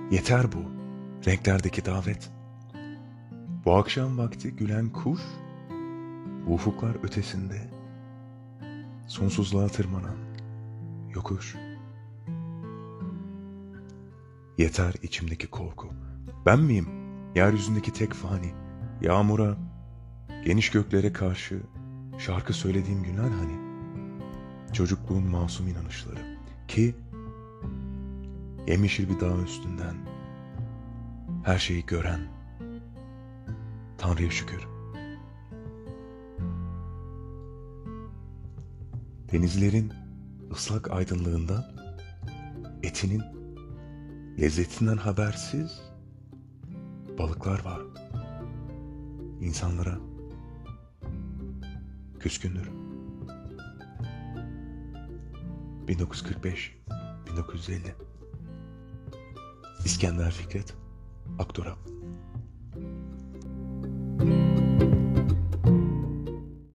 Yeter bu, renklerdeki davet. Bu akşam vakti gülen kuş, bu ufuklar ötesinde, sonsuzluğa tırmanan yokuş. Yeter içimdeki korku. Ben miyim, yeryüzündeki tek fani? Yağmura, geniş göklere karşı şarkı söylediğim günler hani? Çocukluğun masum inanışları ki yemyeşil bir dağ üstünden her şeyi gören Tanrı'ya şükür. Denizlerin ıslak aydınlığından, etinin lezzetinden habersiz balıklar var. İnsanlara küskündür. 1945-1950 İskender Fikret Akdorap.